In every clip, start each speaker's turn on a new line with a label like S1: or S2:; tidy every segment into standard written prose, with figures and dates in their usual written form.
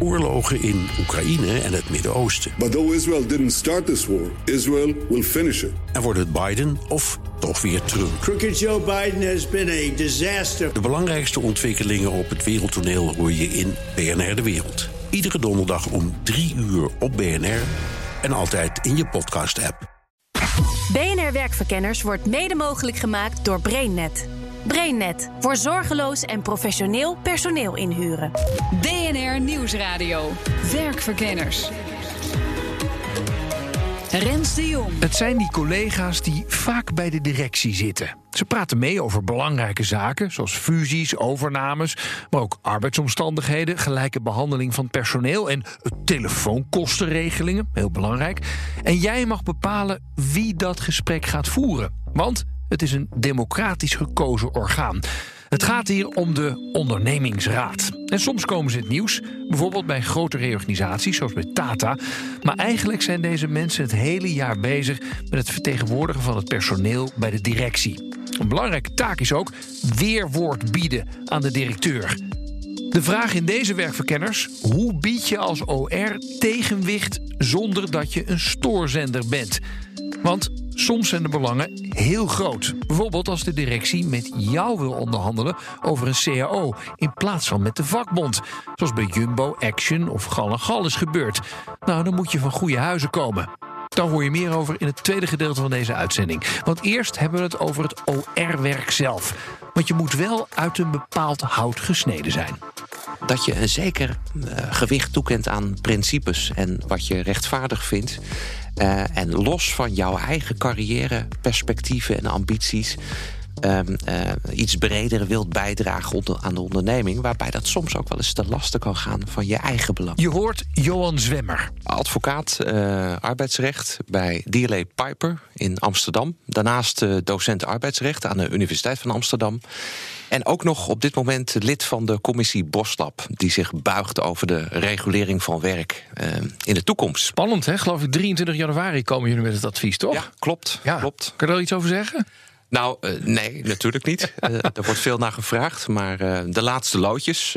S1: oorlogen in Oekraïne en het Midden-Oosten.
S2: But though Israel didn't start this war, Israel will finish it.
S1: En wordt het Biden of toch weer Trump?
S3: Crooked Joe Biden has been a disaster.
S1: De belangrijkste ontwikkelingen op het wereldtoneel hoor je in BNR De Wereld. Iedere donderdag om 3 uur op BNR en altijd in je podcast-app.
S4: BNR Werkverkenners wordt mede mogelijk gemaakt door BrainNet. BrainNet, voor zorgeloos en professioneel personeel inhuren.
S5: BNR Nieuwsradio. Werkverkenners. Rens de Jong.
S6: Het zijn die collega's die vaak bij de directie zitten. Ze praten mee over belangrijke zaken, zoals fusies, overnames, maar ook arbeidsomstandigheden, gelijke behandeling van personeel en telefoonkostenregelingen, heel belangrijk. En jij mag bepalen wie dat gesprek gaat voeren. Want het is een democratisch gekozen orgaan. Het gaat hier om de ondernemingsraad. En soms komen ze in het nieuws, bijvoorbeeld bij grote reorganisaties, zoals bij Tata. Maar eigenlijk zijn deze mensen het hele jaar bezig met het vertegenwoordigen van het personeel bij de directie. Een belangrijke taak is ook weerwoord bieden aan de directeur. De vraag in deze werkverkenners: hoe bied je als OR tegenwicht zonder dat je een stoorzender bent? Want soms zijn de belangen heel groot. Bijvoorbeeld als de directie met jou wil onderhandelen over een CAO in plaats van met de vakbond. Zoals bij Jumbo, Action of Gal & Gal is gebeurd. Nou, dan moet je van goede huizen komen. Daar hoor je meer over in het tweede gedeelte van deze uitzending. Want eerst hebben we het over het OR-werk zelf. Want je moet wel uit een bepaald hout gesneden zijn.
S7: Dat je een zeker gewicht toekent aan principes en wat je rechtvaardig vindt. En los van jouw eigen carrière, perspectieven en ambities iets breder wilt bijdragen aan de onderneming, waarbij dat soms ook wel eens ten laste kan gaan van je eigen belang.
S6: Je hoort Johan Zwemmer.
S7: Advocaat arbeidsrecht bij DLA Piper in Amsterdam. Daarnaast docent arbeidsrecht aan de Universiteit van Amsterdam. En ook nog op dit moment lid van de commissie Boslab, die zich buigt over de regulering van werk in de toekomst.
S6: Spannend, hè? Geloof ik 23 januari komen jullie met het advies, toch?
S7: Ja, klopt. Klopt.
S6: Kun je er al iets over zeggen?
S7: Nou, nee, natuurlijk niet. Er wordt veel naar gevraagd, maar de laatste loodjes.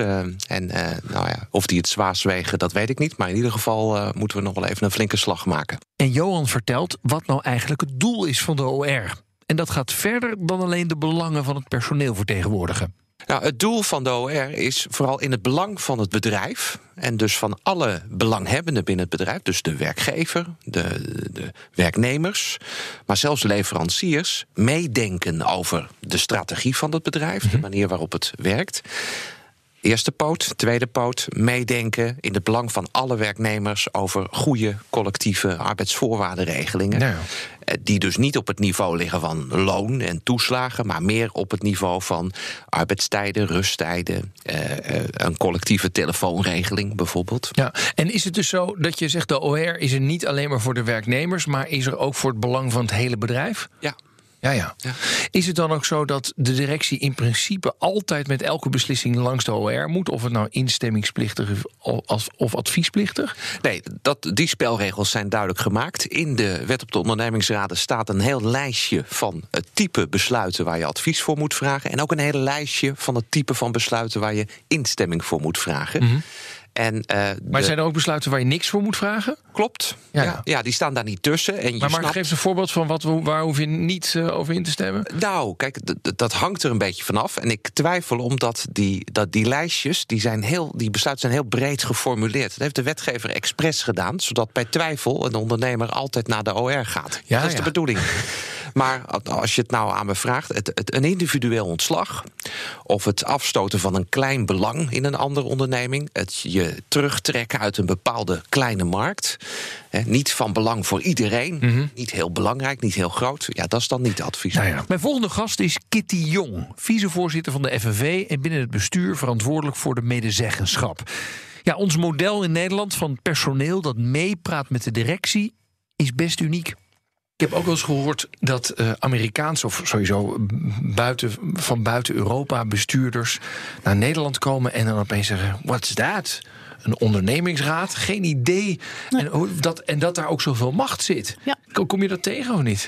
S7: Of die het zwaarst wegen, dat weet ik niet. Maar in ieder geval moeten we nog wel even een flinke slag maken.
S6: En Johan vertelt wat nou eigenlijk het doel is van de OR. En dat gaat verder dan alleen de belangen van het personeel vertegenwoordigen.
S7: Nou, het doel van de OR is vooral in het belang van het bedrijf en dus van alle belanghebbenden binnen het bedrijf, dus de werkgever, de werknemers, maar zelfs leveranciers, meedenken over de strategie van het bedrijf, de manier waarop het werkt. Eerste poot, tweede poot, meedenken in het belang van alle werknemers over goede collectieve arbeidsvoorwaardenregelingen. Ja. Die dus niet op het niveau liggen van loon en toeslagen, maar meer op het niveau van arbeidstijden, rusttijden, een collectieve telefoonregeling bijvoorbeeld.
S6: Ja. En is het dus zo dat je zegt de OR is er niet alleen maar voor de werknemers, maar is er ook voor het belang van het hele bedrijf?
S7: Ja.
S6: Ja. Is het dan ook zo dat de directie in principe altijd met elke beslissing langs de OR moet? Of het nou instemmingsplichtig is of adviesplichtig?
S7: Nee, die spelregels zijn duidelijk gemaakt. In de wet op de ondernemingsraden staat een heel lijstje van het type besluiten waar je advies voor moet vragen. En ook een hele lijstje van het type van besluiten waar je instemming voor moet vragen. Mm-hmm.
S6: Maar zijn er ook besluiten waar je niks voor moet vragen?
S7: Klopt. Ja, die staan daar niet tussen. En
S6: maar geef eens een voorbeeld van waar hoef je niet over in te stemmen?
S7: Nou, kijk, dat hangt er een beetje vanaf. En ik twijfel omdat die lijstjes, die besluiten zijn heel breed geformuleerd. Dat heeft de wetgever expres gedaan, zodat bij twijfel een ondernemer altijd naar de OR gaat. Dat is de bedoeling. Maar als je het nou aan me vraagt, een individueel ontslag of het afstoten van een klein belang in een andere onderneming, het je terugtrekken uit een bepaalde kleine markt, niet van belang voor iedereen, niet heel belangrijk, niet heel groot, ja, dat is dan niet advies.
S6: Mijn volgende gast is Kitty Jong, vicevoorzitter van de FNV en binnen het bestuur verantwoordelijk voor de medezeggenschap. Ja, ons model in Nederland van personeel dat meepraat met de directie is best uniek. Ik heb ook wel eens gehoord dat Amerikaanse of sowieso van buiten Europa bestuurders naar Nederland komen en dan opeens zeggen: "What's that? een ondernemingsraad. Geen idee.
S8: Nee.
S6: En dat daar ook zoveel macht zit.
S8: Ja.
S6: Kom je dat tegen of niet?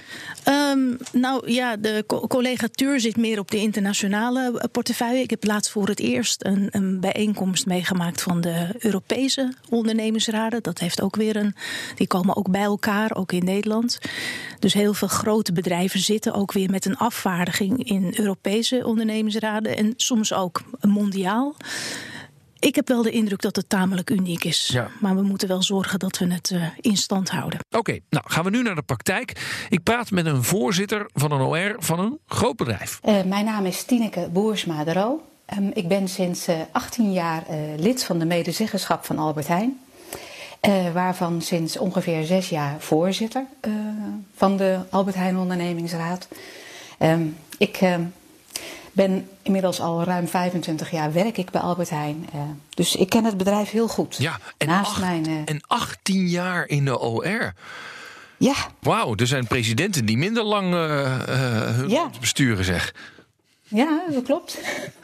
S8: De collega Tuur zit meer op de internationale portefeuille. Ik heb laatst voor het eerst een bijeenkomst meegemaakt van de Europese ondernemingsraden. Dat heeft ook weer die komen ook bij elkaar, ook in Nederland. Dus heel veel grote bedrijven zitten ook weer met een afvaardiging in Europese ondernemingsraden en soms ook mondiaal. Ik heb wel de indruk dat het tamelijk uniek is. Ja. Maar we moeten wel zorgen dat we het in stand houden.
S6: Oké, nou gaan we nu naar de praktijk. Ik praat met een voorzitter van een OR van een groot bedrijf.
S9: Mijn naam is Tineke Boersma de Roo. Ik ben sinds 18 jaar lid van de medezeggenschap van Albert Heijn. Waarvan sinds ongeveer 6 jaar voorzitter van de Albert Heijn ondernemingsraad. Ik ben inmiddels al ruim 25 jaar werk ik bij Albert Heijn. Dus ik ken het bedrijf heel goed.
S6: Ja, en 18 jaar in de OR.
S9: Ja.
S6: Wauw, er zijn presidenten die minder lang hun besturen, zeg.
S9: Ja, dat klopt.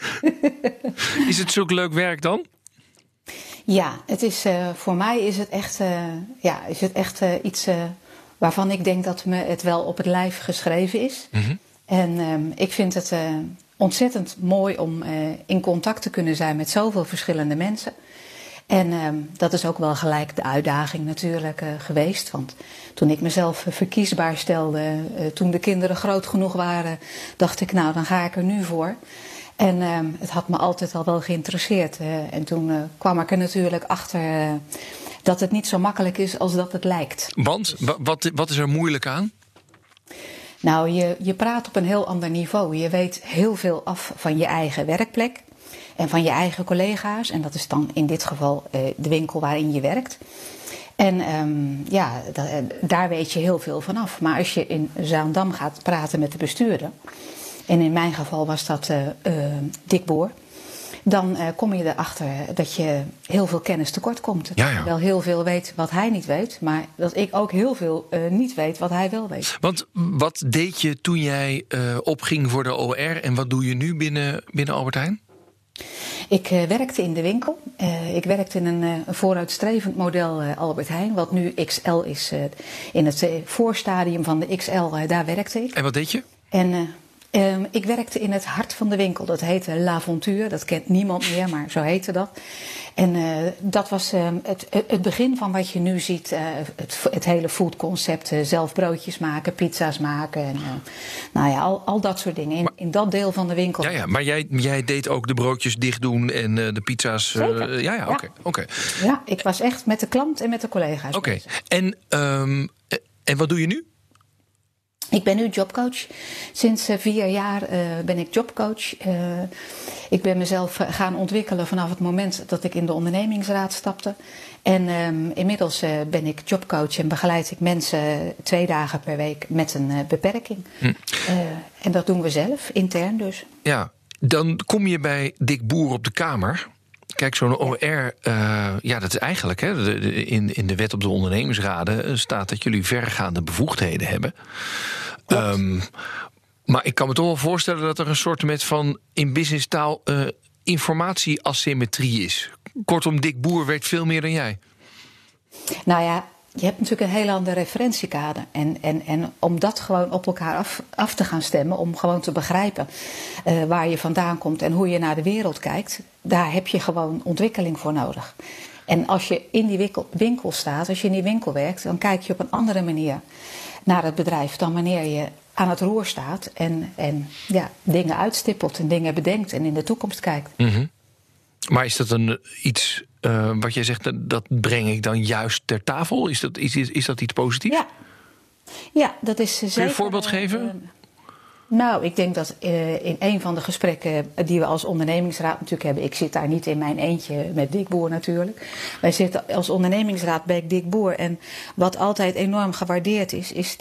S6: Is het zulk leuk werk dan?
S9: Ja, het is, voor mij is het echt, iets waarvan ik denk dat me het wel op het lijf geschreven is. Mm-hmm. En ik vind het ontzettend mooi om in contact te kunnen zijn met zoveel verschillende mensen. En dat is ook wel gelijk de uitdaging natuurlijk geweest. Want toen ik mezelf verkiesbaar stelde, toen de kinderen groot genoeg waren, dacht ik, nou, dan ga ik er nu voor. En het had me altijd al wel geïnteresseerd. En toen kwam ik er natuurlijk achter dat het niet zo makkelijk is als dat het lijkt.
S6: Want? Wat is er moeilijk aan?
S9: Nou, je praat op een heel ander niveau. Je weet heel veel af van je eigen werkplek en van je eigen collega's. En dat is dan in dit geval de winkel waarin je werkt. En daar weet je heel veel van af. Maar als je in Zaandam gaat praten met de bestuurder, en in mijn geval was dat Dick Boer, dan kom je erachter dat je heel veel kennis tekort komt. Dat je wel heel veel weet wat hij niet weet, maar dat ik ook heel veel niet weet wat hij wel weet.
S6: Want wat deed je toen jij opging voor de OR en wat doe je nu binnen Albert Heijn?
S9: Ik werkte in de winkel. Ik werkte in een vooruitstrevend model Albert Heijn, wat nu XL is. In het voorstadium van de XL, daar werkte ik.
S6: En wat deed je?
S9: Ik werkte in het hart van de winkel. Dat heette L'Aventure. Dat kent niemand meer, maar zo heette dat. En dat was het begin van wat je nu ziet. Het hele foodconcept. Zelf broodjes maken, pizza's maken. En, al dat soort dingen. In dat deel van de winkel.
S6: Ja, maar jij deed ook de broodjes dicht doen en de pizza's.
S9: Zeker.
S6: Oké.
S9: Ja, ik was echt met de klant en met de collega's.
S6: Oké. En wat doe je nu?
S9: Ik ben nu jobcoach. Sinds 4 jaar ben ik jobcoach. Ik ben mezelf gaan ontwikkelen vanaf het moment dat ik in de ondernemingsraad stapte. En inmiddels ben ik jobcoach en begeleid ik mensen 2 dagen per week met een beperking. En dat doen we zelf, intern dus.
S6: Ja, dan kom je bij Dick Boer op de Kamer. Kijk, zo'n OR, dat is eigenlijk, in de wet op de ondernemingsraden staat dat jullie verregaande bevoegdheden hebben. Maar ik kan me toch wel voorstellen dat er een soort van, in businesstaal, informatieasymmetrie is. Kortom, Dick Boer weet veel meer dan jij.
S9: Nou ja, je hebt natuurlijk een heel ander referentiekader. En om dat gewoon op elkaar af te gaan stemmen, om gewoon te begrijpen waar je vandaan komt en hoe je naar de wereld kijkt, daar heb je gewoon ontwikkeling voor nodig. En als je in die winkel staat, als je in die winkel werkt, dan kijk je op een andere manier naar het bedrijf dan wanneer je aan het roer staat en dingen uitstippelt en dingen bedenkt en in de toekomst kijkt. Mm-hmm.
S6: Maar is dat iets wat jij zegt, dat breng ik dan juist ter tafel? Is dat iets positiefs?
S9: Ja, dat is zeker.
S6: Kun je een voorbeeld geven?
S9: Nou, ik denk dat in een van de gesprekken die we als ondernemingsraad natuurlijk hebben, ik zit daar niet in mijn eentje met Dick Boer natuurlijk. Wij zitten als ondernemingsraad bij Dick Boer. En wat altijd enorm gewaardeerd is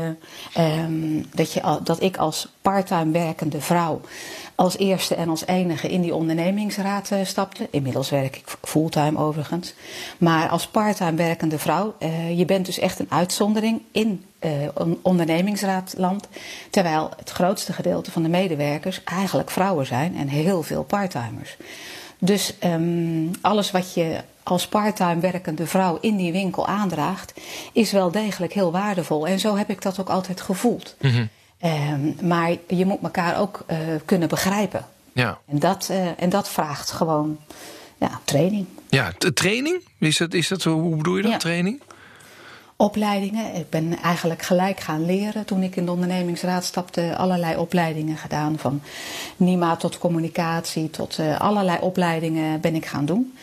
S9: dat ik als parttime werkende vrouw als eerste en als enige in die ondernemingsraad stapte. Inmiddels werk ik fulltime overigens. Maar als parttime werkende vrouw, je bent dus echt een uitzondering in ondernemingsraadland. Terwijl het grootste gedeelte van de medewerkers eigenlijk vrouwen zijn en heel veel parttimers. Dus alles wat je als parttime werkende vrouw in die winkel aandraagt, is wel degelijk heel waardevol. En zo heb ik dat ook altijd gevoeld. Mm-hmm. Maar je moet elkaar ook kunnen begrijpen. Ja. En dat vraagt gewoon training.
S6: Ja, training? Is dat zo? Hoe bedoel je dat, training?
S9: Opleidingen. Ik ben eigenlijk gelijk gaan leren. Toen ik in de ondernemingsraad stapte, allerlei opleidingen gedaan. Van NIMA tot communicatie, tot allerlei opleidingen ben ik gaan doen.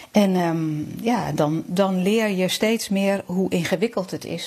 S9: En dan leer je steeds meer hoe ingewikkeld het is,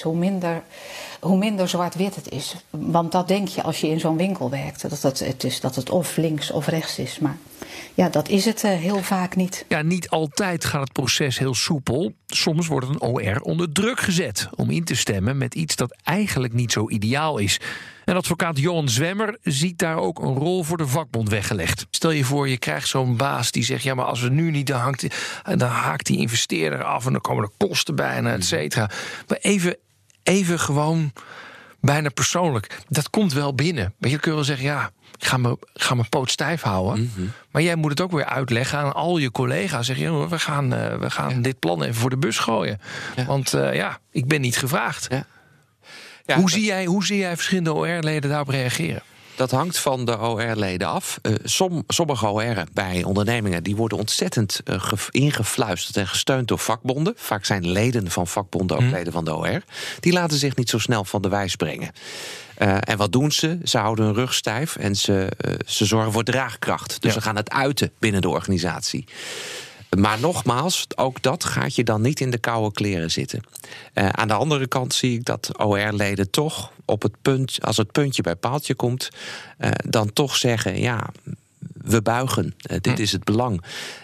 S9: hoe minder zwart-wit het is. Want dat denk je als je in zo'n winkel werkt, dat het of links of rechts is. Maar ja, dat is het heel vaak niet.
S6: Ja, niet altijd gaat het proces heel soepel. Soms wordt een OR onder druk gezet om in te stemmen met iets dat eigenlijk niet zo ideaal is. En advocaat Johan Zwemmer ziet daar ook een rol voor de vakbond weggelegd. Stel je voor, je krijgt zo'n baas die zegt, ja, maar als we nu niet, dan haakt die investeerder af en dan komen er kosten bijna, et cetera. Maar even gewoon bijna persoonlijk. Dat komt wel binnen. Maar je kunt wel zeggen, ja, ik ga mijn poot stijf houden. Mm-hmm. Maar jij moet het ook weer uitleggen aan al je collega's. Zeg je, we gaan dit plan even voor de bus gooien. Ja. Want ik ben niet gevraagd. Ja. Ja, hoe zie jij verschillende OR-leden daarop reageren?
S7: Dat hangt van de OR-leden af. Sommige OR'en bij ondernemingen die worden ontzettend ingefluisterd en gesteund door vakbonden. Vaak zijn leden van vakbonden ook leden van de OR. Die laten zich niet zo snel van de wijs brengen. En wat doen ze? Ze houden hun rug stijf en ze zorgen voor draagkracht. Dus ze gaan het uiten binnen de organisatie. Maar nogmaals, ook dat gaat je dan niet in de koude kleren zitten. Aan de andere kant zie ik dat OR-leden toch op het punt, als het puntje bij paaltje komt, dan toch zeggen, ja, we buigen. Dit is het belang.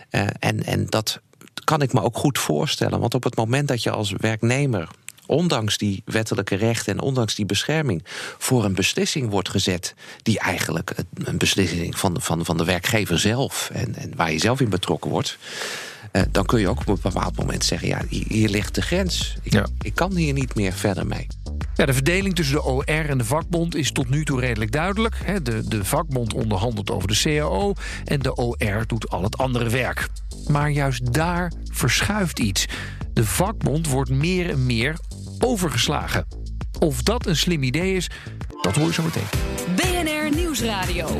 S7: En dat kan ik me ook goed voorstellen. Want op het moment dat je als werknemer, ondanks die wettelijke rechten en ondanks die bescherming, voor een beslissing wordt gezet die eigenlijk een beslissing van de werkgever zelf en waar je zelf in betrokken wordt, dan kun je ook op een bepaald moment zeggen, ja, hier ligt de grens. Ik kan hier niet meer verder mee.
S6: Ja, de verdeling tussen de OR en de vakbond is tot nu toe redelijk duidelijk. De vakbond onderhandelt over de CAO en de OR doet al het andere werk. Maar juist daar verschuift iets. De vakbond wordt meer en meer overgeslagen. Of dat een slim idee is, dat hoor je zo meteen.
S5: BNR Nieuwsradio.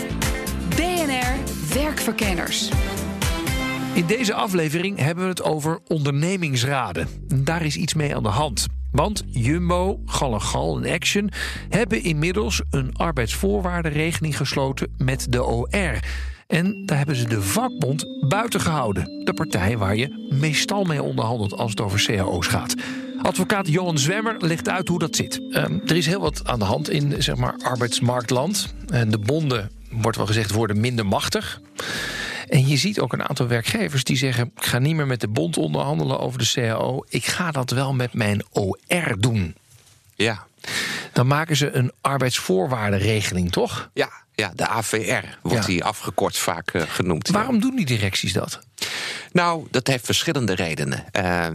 S5: BNR Werkverkenners.
S6: In deze aflevering hebben we het over ondernemingsraden. Daar is iets mee aan de hand. Want Jumbo, Gal & Gal en Action hebben inmiddels een arbeidsvoorwaardenregeling gesloten met de OR. En daar hebben ze de vakbond buiten gehouden. De partij waar je meestal mee onderhandelt als het over cao's gaat. Advocaat Johan Zwemmer legt uit hoe dat zit. Er is heel wat aan de hand in arbeidsmarktland. De bonden, wordt wel gezegd, worden minder machtig. En je ziet ook een aantal werkgevers die zeggen, ik ga niet meer met de bond onderhandelen over de CAO. Ik ga dat wel met mijn OR doen.
S7: Ja.
S6: Dan maken ze een arbeidsvoorwaardenregeling, toch?
S7: Ja, de AVR wordt die afgekort vaak genoemd.
S6: Waarom doen die directies dat?
S7: Nou, dat heeft verschillende redenen.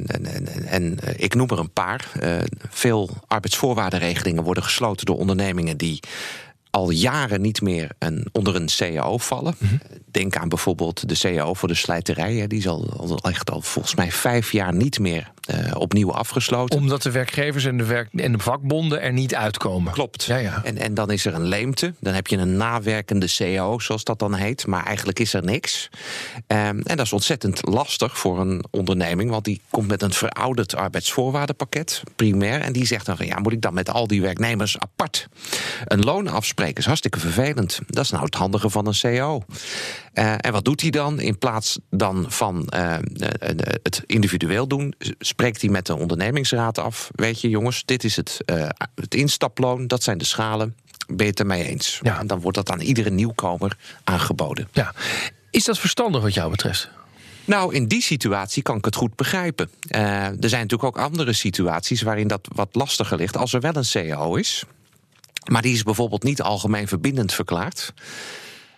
S7: En ik noem er een paar. Veel arbeidsvoorwaardenregelingen worden gesloten door ondernemingen die al jaren niet meer onder een CAO vallen. Mm-hmm. Denk aan bijvoorbeeld de CAO voor de slijterij. Die is al volgens mij 5 jaar niet meer opnieuw afgesloten.
S6: Omdat de werkgevers en de vakbonden er niet uitkomen.
S7: Klopt. Ja. En dan is er een leemte. Dan heb je een nawerkende CAO, zoals dat dan heet. Maar eigenlijk is er niks. En dat is ontzettend lastig voor een onderneming. Want die komt met een verouderd arbeidsvoorwaardenpakket, primair. En die zegt dan van, ja, moet ik dan met al die werknemers apart een loon afspreken? Dat is hartstikke vervelend. Dat is nou het handige van een CAO. En wat doet hij dan? In plaats dan van het individueel doen, spreekt hij met de ondernemingsraad af. Weet je, jongens, dit is het instaploon, dat zijn de schalen. Ben je het ermee eens? Ja. En dan wordt dat aan iedere nieuwkomer aangeboden.
S6: Ja. Is dat verstandig wat jou betreft?
S7: Nou, in die situatie kan ik het goed begrijpen. Er zijn natuurlijk ook andere situaties waarin dat wat lastiger ligt. Als er wel een CAO is, maar die is bijvoorbeeld niet algemeen verbindend verklaard,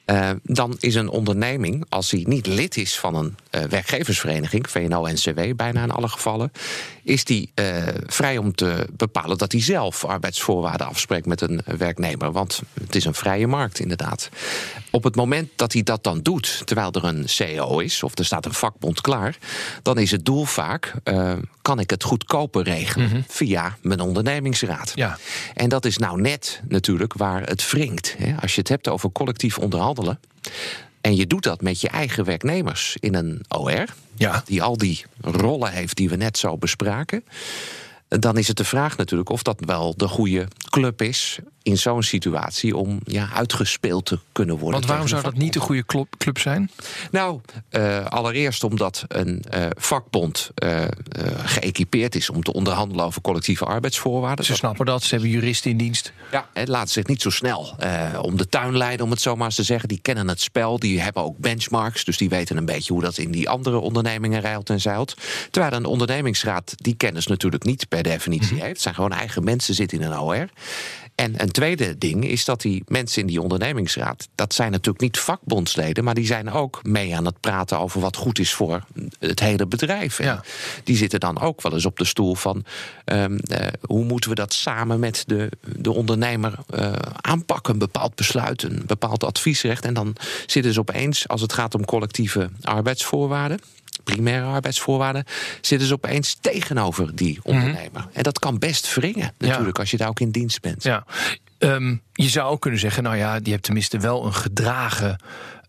S7: Dan is een onderneming, als hij niet lid is van een werkgeversvereniging, VNO-NCW bijna in alle gevallen, is die vrij om te bepalen dat hij zelf arbeidsvoorwaarden afspreekt met een werknemer. Want het is een vrije markt inderdaad. Op het moment dat hij dat dan doet, terwijl er een CEO is, of er staat een vakbond klaar, dan is het doel vaak, kan ik het goedkoper regelen via mijn ondernemingsraad. Ja. En dat is nou net natuurlijk waar het wringt. Hè? Als je het hebt over collectief onderhandelen, en je doet dat met je eigen werknemers in een OR, die al die rollen heeft die we net zo bespraken, dan is het de vraag natuurlijk of dat wel de goede club is in zo'n situatie om uitgespeeld te kunnen worden.
S6: Want waarom zou dat niet de goede club zijn?
S7: Nou, allereerst omdat een vakbond geëquipeerd is om te onderhandelen over collectieve arbeidsvoorwaarden.
S6: Ze snappen dat, ze hebben juristen in dienst.
S7: Ja, het laat zich niet zo snel om de tuin leiden, om het zo maar eens te zeggen. Die kennen het spel, die hebben ook benchmarks, dus die weten een beetje hoe dat in die andere ondernemingen rijlt en zeilt. Terwijl een ondernemingsraad die kennis natuurlijk niet per definitie heeft. Het zijn gewoon eigen mensen, zitten in een OR. En een tweede ding is dat die mensen in die ondernemingsraad, dat zijn natuurlijk niet vakbondsleden, maar die zijn ook mee aan het praten over wat goed is voor het hele bedrijf. Ja. Die zitten dan ook wel eens op de stoel van hoe moeten we dat samen met de ondernemer aanpakken, een bepaald besluit, een bepaald adviesrecht. En dan zitten ze opeens, als het gaat om collectieve arbeidsvoorwaarden, primaire arbeidsvoorwaarden, zitten ze opeens tegenover die ondernemer. En dat kan best wringen, natuurlijk, als je daar ook in dienst bent.
S6: Ja. Je zou ook kunnen zeggen, die hebt tenminste wel een gedragen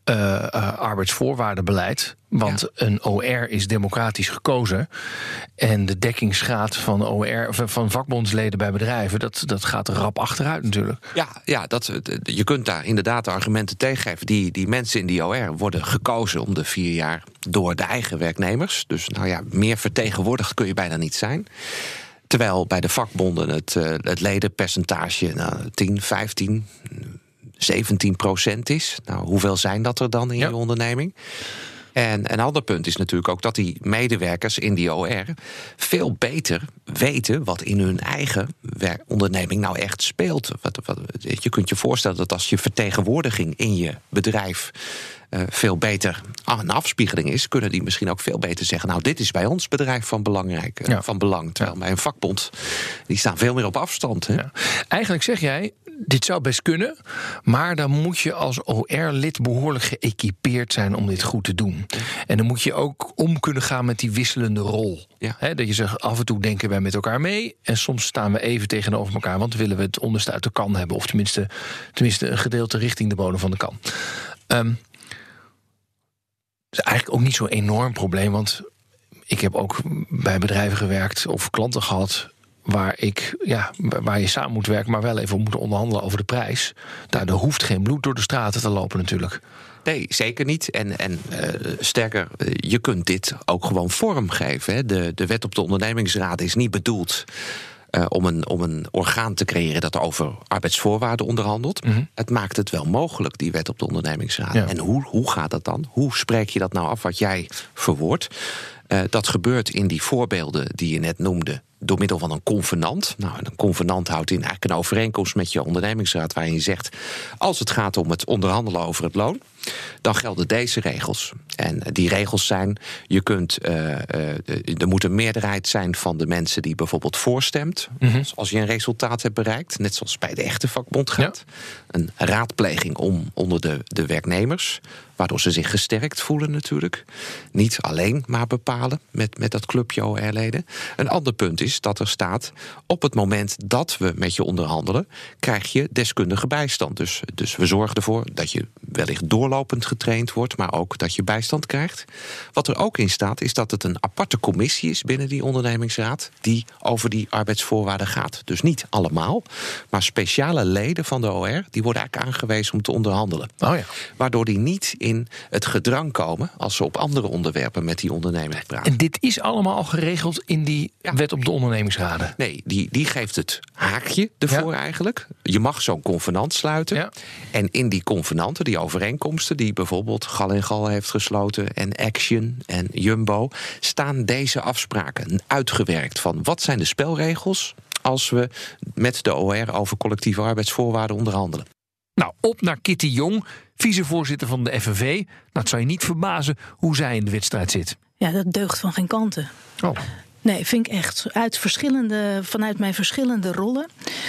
S6: arbeidsvoorwaardenbeleid. Want een OR is democratisch gekozen. En de dekkingsgraad van OR, van vakbondsleden bij bedrijven, dat gaat er rap achteruit natuurlijk.
S7: Ja, je kunt daar inderdaad de argumenten tegengeven. Die mensen in die OR worden gekozen om de 4 jaar door de eigen werknemers. Dus meer vertegenwoordigd kun je bijna niet zijn. Terwijl bij de vakbonden het ledenpercentage 10, 15, 17% is. Nou, hoeveel zijn dat er dan in je onderneming? En een ander punt is natuurlijk ook dat die medewerkers in die OR veel beter weten wat in hun eigen onderneming nou echt speelt. Je kunt je voorstellen dat als je vertegenwoordiging in je bedrijf veel beter een afspiegeling is, kunnen die misschien ook veel beter zeggen, nou, dit is bij ons bedrijf van belang. Terwijl bij een vakbond, die staan veel meer op afstand. Hè?
S6: Ja. Eigenlijk zeg jij, dit zou best kunnen, maar dan moet je als OR-lid behoorlijk geëquipeerd zijn om dit goed te doen. En dan moet je ook om kunnen gaan met die wisselende rol. Ja. Dat je zegt, af en toe denken wij met elkaar mee en soms staan we even tegenover elkaar, want willen we het onderste uit de kan hebben, of tenminste een gedeelte richting de bodem van de kan. Dat is eigenlijk ook niet zo'n enorm probleem, want ik heb ook bij bedrijven gewerkt of klanten gehad waar je samen moet werken, maar wel even moet onderhandelen over de prijs. Daar hoeft geen bloed door de straten te lopen natuurlijk.
S7: Nee, zeker niet. En sterker, je kunt dit ook gewoon vormgeven. Hè. De wet op de ondernemingsraad is niet bedoeld om een orgaan te creëren dat over arbeidsvoorwaarden onderhandelt. Het maakt het wel mogelijk, die wet op de ondernemingsraad. Ja. En hoe gaat dat dan? Hoe spreek je dat nou af wat jij verwoordt? Dat gebeurt in die voorbeelden die je net noemde door middel van een convenant. Nou, een convenant houdt in eigenlijk een overeenkomst met je ondernemingsraad waarin je zegt, als het gaat om het onderhandelen over het loon, dan gelden deze regels. En die regels zijn, er moet een meerderheid zijn van de mensen die bijvoorbeeld voorstemt, als je een resultaat hebt bereikt, net zoals bij de echte vakbond gaat. Ja. Een raadpleging onder de werknemers, waardoor ze zich gesterkt voelen natuurlijk. Niet alleen maar bepalen met dat clubje OR-leden. Een ander punt is dat er staat, op het moment dat we met je onderhandelen, krijg je deskundige bijstand. Dus we zorgen ervoor dat je wellicht doorlopend getraind wordt, maar ook dat je bijstand krijgt. Wat er ook in staat, is dat het een aparte commissie is binnen die ondernemingsraad die over die arbeidsvoorwaarden gaat. Dus niet allemaal, maar speciale leden van de OR, die worden eigenlijk aangewezen om te onderhandelen. Oh ja. Waardoor die niet in het gedrang komen als ze op andere onderwerpen met die onderneming praten.
S6: En dit is allemaal al geregeld in die wet op de ondernemingsraden?
S7: Nee, die geeft het haakje ervoor eigenlijk. Je mag zo'n convenant sluiten. Ja. En in die convenanten, die overeenkomsten die bijvoorbeeld Gal & Gal heeft gesloten en Action en Jumbo, staan deze afspraken uitgewerkt van wat zijn de spelregels als we met de OR over collectieve arbeidsvoorwaarden onderhandelen.
S6: Nou, op naar Kitty Jong, vicevoorzitter van de FNV. Nou, het zou je niet verbazen hoe zij in de wedstrijd zit.
S8: Ja, dat deugt van geen kanten.
S6: Oh.
S8: Nee, vind ik echt. Vanuit mijn verschillende rollen.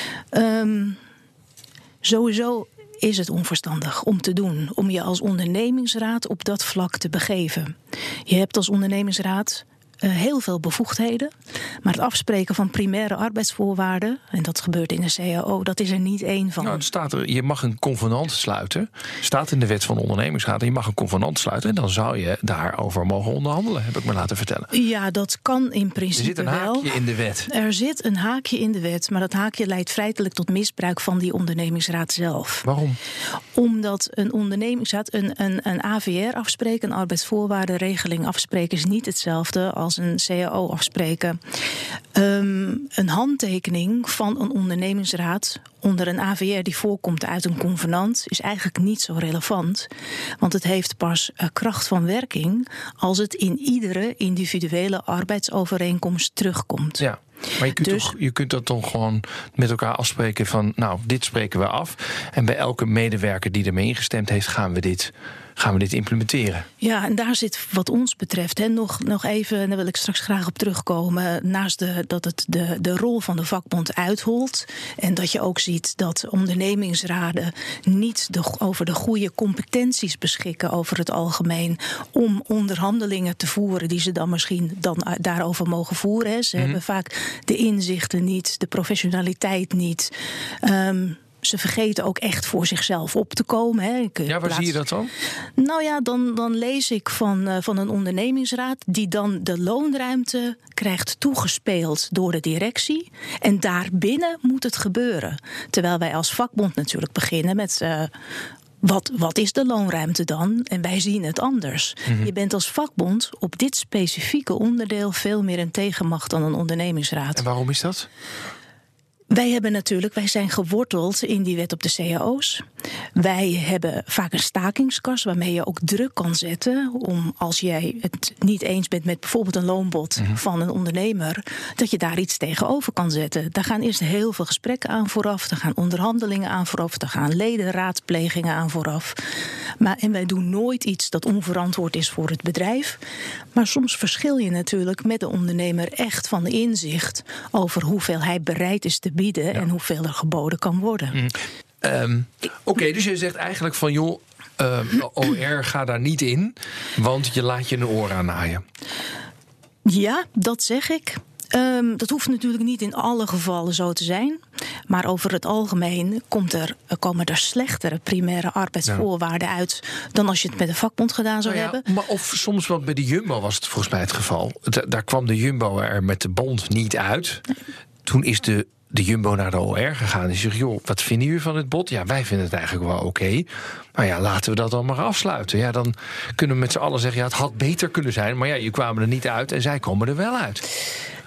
S8: Sowieso is het onverstandig om te doen. Om je als ondernemingsraad op dat vlak te begeven. Je hebt als ondernemingsraad heel veel bevoegdheden. Maar het afspreken van primaire arbeidsvoorwaarden, en dat gebeurt in de CAO, dat is er niet één van.
S6: Nou, het staat er, je mag een convenant sluiten. Staat in de wet van de ondernemingsraad. Je mag een convenant sluiten en dan zou je daarover mogen onderhandelen, heb ik me laten vertellen.
S8: Ja, dat kan in principe wel.
S6: Er zit een haakje in de wet.
S8: Er zit een haakje in de wet, maar dat haakje leidt feitelijk tot misbruik van die ondernemingsraad zelf.
S6: Waarom?
S8: Omdat een ondernemingsraad een AVR afspreken, een arbeidsvoorwaardenregeling afspreken, is niet hetzelfde als een CAO afspreken. Een handtekening van een ondernemingsraad onder een AVR die voorkomt uit een convenant is eigenlijk niet zo relevant. Want het heeft pas kracht van werking als het in iedere individuele arbeidsovereenkomst terugkomt.
S6: Ja. Maar je kunt dat dan gewoon met elkaar afspreken van, nou, dit spreken we af. En bij elke medewerker die ermee ingestemd heeft, gaan we dit implementeren.
S8: Ja, en daar zit wat ons betreft nog even, en daar wil ik straks graag op terugkomen, naast dat het de rol van de vakbond uitholt en dat je ook ziet dat ondernemingsraden niet over de goede competenties beschikken over het algemeen om onderhandelingen te voeren die ze dan misschien daarover mogen voeren. Ze hebben vaak de inzichten niet, de professionaliteit niet. Ze vergeten ook echt voor zichzelf op te komen. Hè.
S6: Ja, waar zie je dat dan?
S8: Nou ja, dan lees ik van een ondernemingsraad die dan de loonruimte krijgt toegespeeld door de directie. En daarbinnen moet het gebeuren. Terwijl wij als vakbond natuurlijk beginnen met wat is de loonruimte dan? En wij zien het anders. Mm-hmm. Je bent als vakbond op dit specifieke onderdeel veel meer een tegenmacht dan een ondernemingsraad.
S6: En waarom is dat?
S8: Wij zijn geworteld in die wet op de cao's. Wij hebben vaak een stakingskas waarmee je ook druk kan zetten om, als jij het niet eens bent met bijvoorbeeld een loonbod van een ondernemer, dat je daar iets tegenover kan zetten. Daar gaan eerst heel veel gesprekken aan vooraf, daar gaan onderhandelingen aan vooraf, daar gaan ledenraadplegingen aan vooraf. En wij doen nooit iets dat onverantwoord is voor het bedrijf. Maar soms verschil je natuurlijk met de ondernemer echt van inzicht over hoeveel hij bereid is te bieden en hoeveel er geboden kan worden.
S6: Oké, dus je zegt eigenlijk van joh, OR ga daar niet in, want je laat je een oor aannaaien.
S8: Ja, dat zeg ik. Dat hoeft natuurlijk niet in alle gevallen zo te zijn. Maar over het algemeen komen er slechtere primaire arbeidsvoorwaarden uit dan als je het met een vakbond gedaan zou hebben.
S6: Maar of soms wel bij de Jumbo was het volgens mij het geval. Daar kwam de Jumbo er met de bond niet uit. Toen is de Jumbo naar de OR gegaan en zegt, joh, wat vinden jullie van het bod? Ja, wij vinden het eigenlijk wel oké. Maar ja, laten we dat dan maar afsluiten. Ja, dan kunnen we met z'n allen zeggen, ja, het had beter kunnen zijn. Maar ja, je kwamen er niet uit en zij komen er wel uit.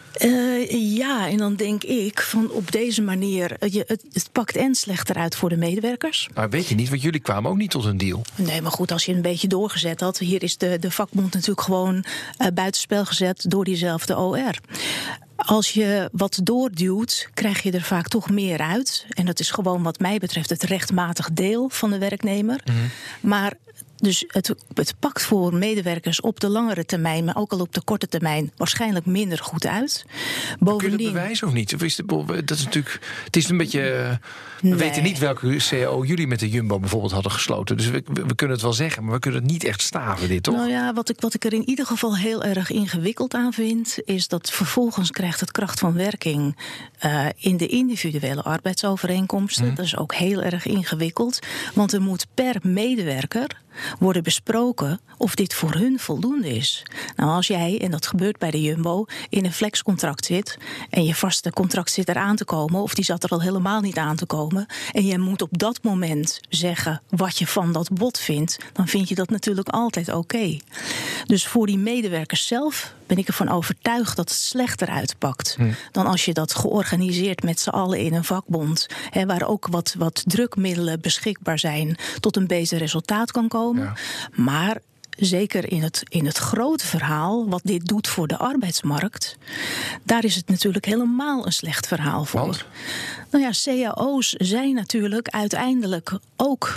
S8: Ja, en dan denk ik van op deze manier, het pakt en slechter uit voor de medewerkers.
S6: Maar weet je niet, want jullie kwamen ook niet tot een deal.
S8: Nee, maar goed, als je een beetje doorgezet had. Hier is de vakbond natuurlijk gewoon buitenspel gezet door diezelfde OR. Als je wat doorduwt, krijg je er vaak toch meer uit. En dat is gewoon wat mij betreft het rechtmatig deel van de werknemer. Mm-hmm. Maar dus het pakt voor medewerkers op de langere termijn, maar ook al op de korte termijn, waarschijnlijk minder goed uit.
S6: Bovendien, kun je dat bewijzen of niet? Of is dat is natuurlijk, het is een beetje. We weten niet welke CAO jullie met de Jumbo bijvoorbeeld hadden gesloten. Dus we kunnen het wel zeggen, maar we kunnen het niet echt staven, dit toch?
S8: Nou ja, wat ik er in ieder geval heel erg ingewikkeld aan vind, is dat vervolgens krijgt het kracht van werking in de individuele arbeidsovereenkomsten. Dat is ook heel erg ingewikkeld, want er moet per medewerker worden besproken of dit voor hun voldoende is. Nou, als jij, en dat gebeurt bij de Jumbo, in een flexcontract zit en je vaste contract zit eraan te komen, of die zat er al helemaal niet aan te komen, en je moet op dat moment zeggen wat je van dat bod vindt, dan vind je dat natuurlijk altijd oké. Dus voor die medewerkers zelf ben ik ervan overtuigd dat het slechter uitpakt dan als je dat georganiseerd met z'n allen in een vakbond, waar ook wat drukmiddelen beschikbaar zijn, tot een beter resultaat kan komen. Ja. Maar zeker in het grote verhaal, wat dit doet voor de arbeidsmarkt, daar is het natuurlijk helemaal een slecht verhaal voor.
S6: Want?
S8: Nou ja, cao's zijn natuurlijk uiteindelijk ook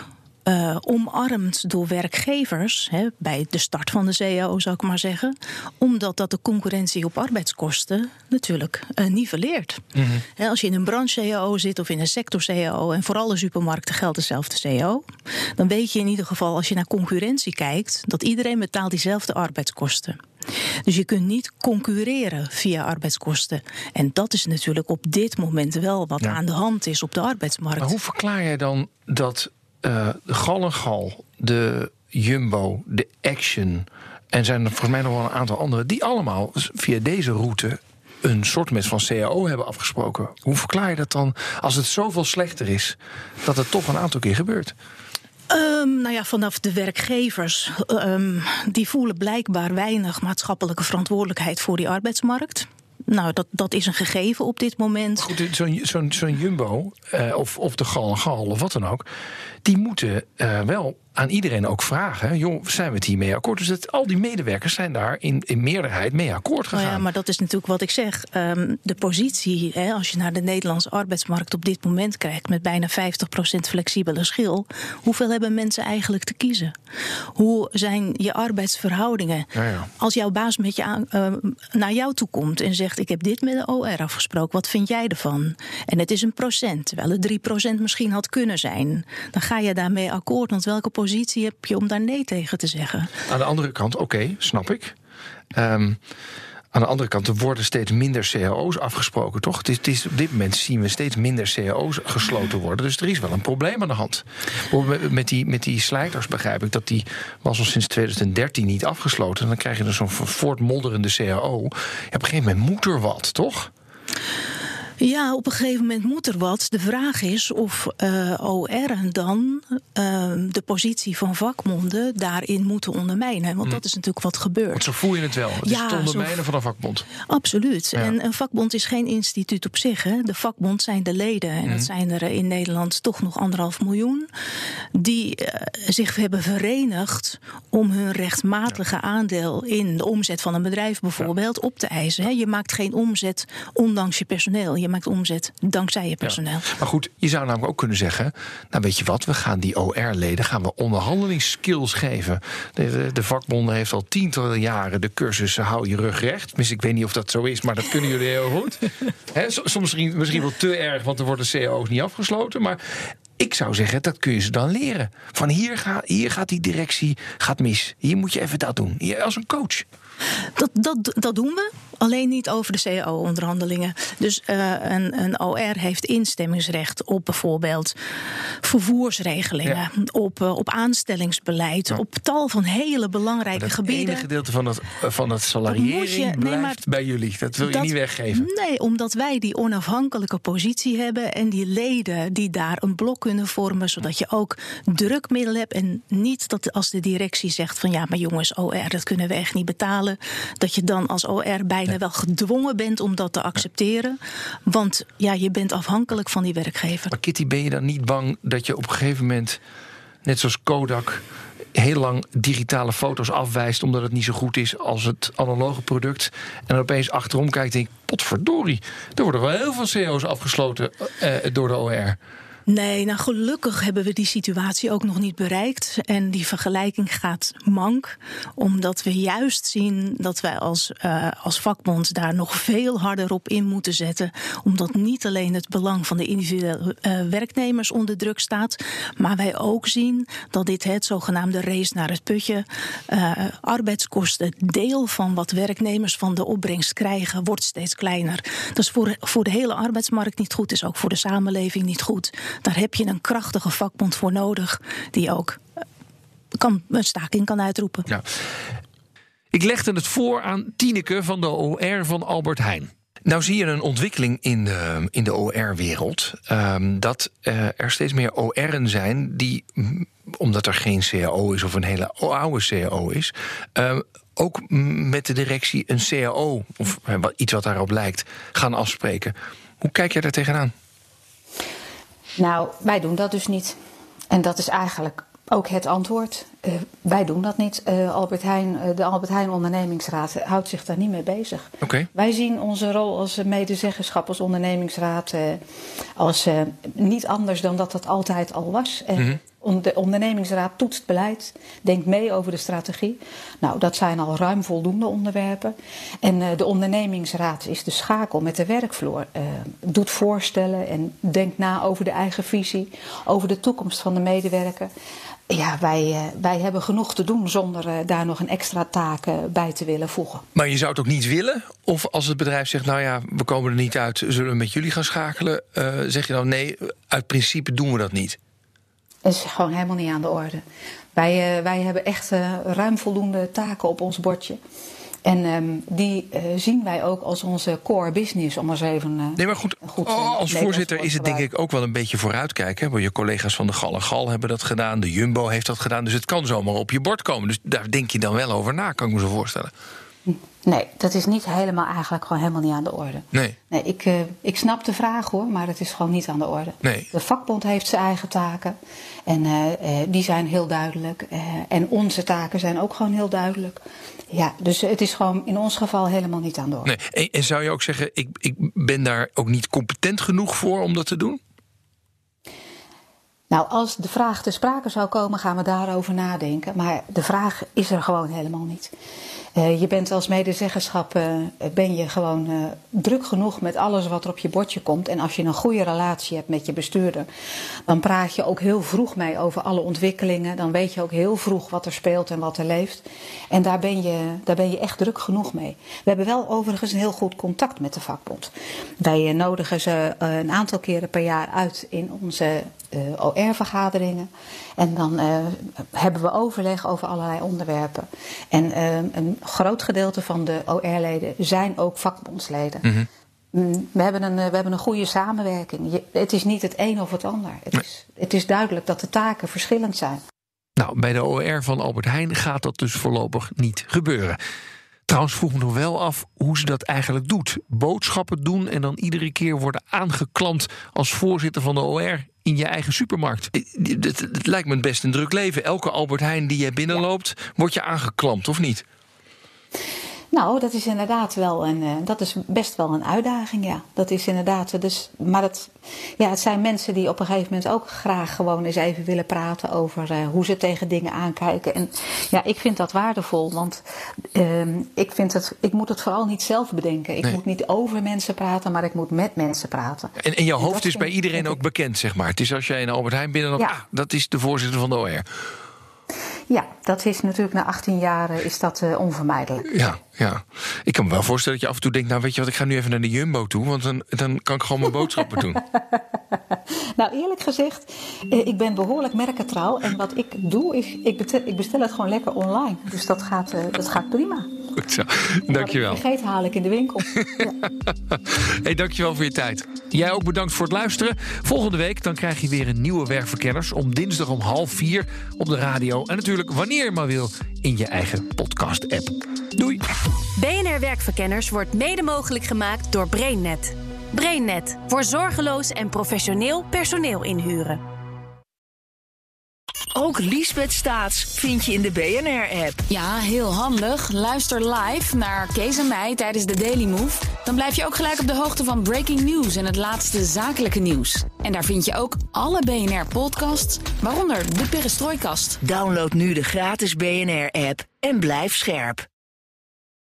S8: omarmd door werkgevers, bij de start van de CAO zou ik maar zeggen, omdat dat de concurrentie op arbeidskosten natuurlijk nivelleert. Mm-hmm. Als je in een branche-CAO zit of in een sector-CAO, en voor alle supermarkten geldt dezelfde CAO, dan weet je in ieder geval, als je naar concurrentie kijkt, dat iedereen betaalt diezelfde arbeidskosten. Dus je kunt niet concurreren via arbeidskosten. En dat is natuurlijk op dit moment wel wat aan de hand is op de arbeidsmarkt.
S6: Maar hoe verklaar jij dan dat de Gal & Gal, de Jumbo, de Action, en zijn er volgens mij nog wel een aantal anderen, die allemaal via deze route een soort van CAO hebben afgesproken? Hoe verklaar je dat dan, als het zoveel slechter is, dat het toch een aantal keer gebeurt?
S8: Vanaf de werkgevers, die voelen blijkbaar weinig maatschappelijke verantwoordelijkheid voor die arbeidsmarkt. Nou, dat is een gegeven op dit moment.
S6: Goed, zo'n Jumbo of de Gal & Gal of wat dan ook, die moeten wel aan iedereen ook vragen, joh, zijn we het hiermee akkoord? Dus al die medewerkers zijn daar in meerderheid mee akkoord gegaan.
S8: Nou ja, maar dat is natuurlijk wat ik zeg. De positie, als je naar de Nederlandse arbeidsmarkt op dit moment kijkt, met bijna 50% flexibele schil, hoeveel hebben mensen eigenlijk te kiezen? Hoe zijn je arbeidsverhoudingen? Ja. Als jouw baas met je naar jou toe komt en zegt, ik heb dit met de OR afgesproken, wat vind jij ervan? En het is 1%, terwijl het 3% misschien had kunnen zijn. Dan ga je daarmee akkoord, want welke positie heb je om daar nee tegen te zeggen?
S6: Aan de andere kant, oké, snap ik. Aan de andere kant, er worden steeds minder cao's afgesproken, toch? Het is, op dit moment zien we steeds minder cao's gesloten worden. Dus er is wel een probleem aan de hand. Met die slijters begrijp ik dat die was al sinds 2013 niet afgesloten. En dan krijg je dus zo'n voortmodderende cao. Ja, op een gegeven moment moet er wat, toch?
S8: Ja, op een gegeven moment moet er wat. De vraag is of OR dan de positie van vakbonden daarin moeten ondermijnen. Want dat is natuurlijk wat gebeurt.
S6: Want zo voel je het wel. Het is het ondermijnen van een vakbond.
S8: Absoluut. Ja. En een vakbond is geen instituut op zich. Hè. De vakbond zijn de leden. En dat zijn er in Nederland toch nog 1,5 miljoen. Die zich hebben verenigd om hun rechtmatige aandeel in de omzet van een bedrijf bijvoorbeeld op te eisen. Hè. Je maakt geen omzet ondanks je personeel. Je maakt omzet dankzij je personeel. Ja.
S6: Maar goed, je zou namelijk ook kunnen zeggen, nou weet je wat, we gaan die OR-leden onderhandelingsskills geven. De vakbonden heeft al tientallen jaren de cursus hou je rug recht. Dus ik weet niet of dat zo is, maar dat kunnen jullie heel goed. Soms misschien wel te erg, want er worden cao's niet afgesloten. Maar ik zou zeggen, dat kun je ze dan leren. Van hier gaat die directie mis. Hier moet je even dat doen. Hier, als een coach.
S8: Dat doen we. Alleen niet over de CAO-onderhandelingen. Dus een OR heeft instemmingsrecht op bijvoorbeeld vervoersregelingen, op aanstellingsbeleid, op tal van hele belangrijke gebieden. Het ene
S6: gedeelte van het salariering blijft bij jullie. Dat wil je niet weggeven.
S8: Nee, omdat wij die onafhankelijke positie hebben en die leden die daar een blok kunnen vormen, zodat je ook drukmiddel hebt en niet dat als de directie zegt van ja, maar jongens, OR, dat kunnen we echt niet betalen, dat je dan als OR bijna wel gedwongen bent om dat te accepteren. Want ja, je bent afhankelijk van die werkgever.
S6: Maar Kitty, ben je dan niet bang dat je op een gegeven moment, net zoals Kodak, heel lang digitale foto's afwijst omdat het niet zo goed is als het analoge product, en dan opeens achterom kijkt en denkt, potverdorie, er worden wel heel veel cao's afgesloten door de OR.
S8: Nee, nou gelukkig hebben we die situatie ook nog niet bereikt. En die vergelijking gaat mank. Omdat we juist zien dat wij als vakbond daar nog veel harder op in moeten zetten. Omdat niet alleen het belang van de individuele werknemers onder druk staat. Maar wij ook zien dat dit het zogenaamde race naar het putje. Arbeidskosten, deel van wat werknemers van de opbrengst krijgen, wordt steeds kleiner. Dat is voor de hele arbeidsmarkt niet goed. Is ook voor de samenleving niet goed. Daar heb je een krachtige vakbond voor nodig die ook een staking kan uitroepen. Ja.
S6: Ik legde het voor aan Tineke van de OR van Albert Heijn. Nou zie je een ontwikkeling in de OR-wereld. Dat er steeds meer OR'en zijn die, omdat er geen CAO is of een hele oude CAO is, ook met de directie een CAO of iets wat daarop lijkt gaan afspreken. Hoe kijk jij daar tegenaan?
S9: Nou, wij doen dat dus niet. En dat is eigenlijk ook het antwoord. Wij doen dat niet. De Albert Heijn ondernemingsraad houdt zich daar niet mee bezig.
S6: Okay.
S9: Wij zien onze rol als medezeggenschap, als ondernemingsraad, als niet anders dan dat altijd al was. De ondernemingsraad toetst beleid, denkt mee over de strategie. Nou, dat zijn al ruim voldoende onderwerpen. En de ondernemingsraad is de schakel met de werkvloer. Doet voorstellen en denkt na over de eigen visie, over de toekomst van de medewerker. Ja, wij hebben genoeg te doen zonder daar nog een extra taak bij te willen voegen.
S6: Maar je zou het ook niet willen? Of als het bedrijf zegt, nou ja, we komen er niet uit, zullen we met jullie gaan schakelen? Zeg je dan nee, uit principe doen we dat niet?
S9: Dat is gewoon helemaal niet aan de orde. Wij hebben echt ruim voldoende taken op ons bordje. En die zien wij ook als onze core business, om eens even
S6: nee, maar goed, als voorzitter is het denk ik ook wel een beetje vooruitkijken. Je collega's van de Gal en Gal hebben dat gedaan, de Jumbo heeft dat gedaan. Dus het kan zomaar op je bord komen. Dus daar denk je dan wel over na, kan ik me zo voorstellen.
S9: Nee, dat is niet helemaal eigenlijk gewoon helemaal niet aan de orde.
S6: Nee,
S9: ik snap de vraag hoor, maar het is gewoon niet aan de orde.
S6: Nee.
S9: De vakbond heeft zijn eigen taken en die zijn heel duidelijk. En onze taken zijn ook gewoon heel duidelijk. Ja, dus het is gewoon in ons geval helemaal niet aan de orde.
S6: Nee. En zou je ook zeggen, ik ben daar ook niet competent genoeg voor om dat te doen?
S9: Nou, als de vraag ter sprake zou komen, gaan we daarover nadenken. Maar de vraag is er gewoon helemaal niet. Je bent als medezeggenschap ben je gewoon druk genoeg met alles wat er op je bordje komt. En als je een goede relatie hebt met je bestuurder, dan praat je ook heel vroeg mee over alle ontwikkelingen. Dan weet je ook heel vroeg wat er speelt en wat er leeft. En daar ben je echt druk genoeg mee. We hebben wel overigens een heel goed contact met de vakbond. Wij nodigen ze een aantal keren per jaar uit in onze OR-vergaderingen. En dan hebben we overleg over allerlei onderwerpen. En een groot gedeelte van de OR-leden zijn ook vakbondsleden. Mm-hmm. We hebben een goede samenwerking. Het is niet het een of het ander. Het is duidelijk dat de taken verschillend zijn.
S6: Nou, bij de OR van Albert Heijn gaat dat dus voorlopig niet gebeuren. Trouwens vroeg me nog wel af hoe ze dat eigenlijk doet. Boodschappen doen en dan iedere keer worden aangeklampt als voorzitter van de OR in je eigen supermarkt. Het lijkt me best een druk leven. Elke Albert Heijn die je binnenloopt, wordt je aangeklampt, of niet?
S9: Nou, dat is inderdaad wel dat is best wel een uitdaging, ja. Dat is inderdaad, dus, maar het zijn mensen die op een gegeven moment ook graag gewoon eens even willen praten over hoe ze tegen dingen aankijken. En ja, ik vind dat waardevol, want ik moet het vooral niet zelf bedenken. Ik moet niet over mensen praten, maar ik moet met mensen praten.
S6: En jouw hoofd is bij iedereen ook bekend, zeg maar. Het is als jij in Albert Heijn binnenloopt, dat is de voorzitter van de OR.
S9: Ja, dat is natuurlijk na 18 jaar is dat onvermijdelijk.
S6: Ja. Ik kan me wel voorstellen dat je af en toe denkt, nou weet je wat, ik ga nu even naar de Jumbo toe, want dan kan ik gewoon mijn boodschappen doen.
S9: Nou, eerlijk gezegd, ik ben behoorlijk merkentrouw. En wat ik doe, is ik bestel het gewoon lekker online. Dus dat gaat prima.
S6: Goed zo, dankjewel.
S9: Wat ik vergeet, haal ik in de winkel. Ja.
S6: Hey, dankjewel voor je tijd. Jij ook bedankt voor het luisteren. Volgende week dan krijg je weer een nieuwe Werkverkenners om dinsdag om 3:30 op de radio. En natuurlijk wanneer je maar wil in je eigen podcast-app. Doei!
S4: BNR Werkverkenners wordt mede mogelijk gemaakt door BrainNet. BrainNet, voor zorgeloos en professioneel personeel inhuren.
S10: Ook Liesbeth Staats vind je in de BNR-app.
S5: Ja, heel handig. Luister live naar Kees en mij tijdens de Daily Move. Dan blijf je ook gelijk op de hoogte van breaking news en het laatste zakelijke nieuws. En daar vind je ook alle BNR-podcasts, waaronder de Perestrooikast.
S10: Download nu de gratis BNR-app en blijf scherp.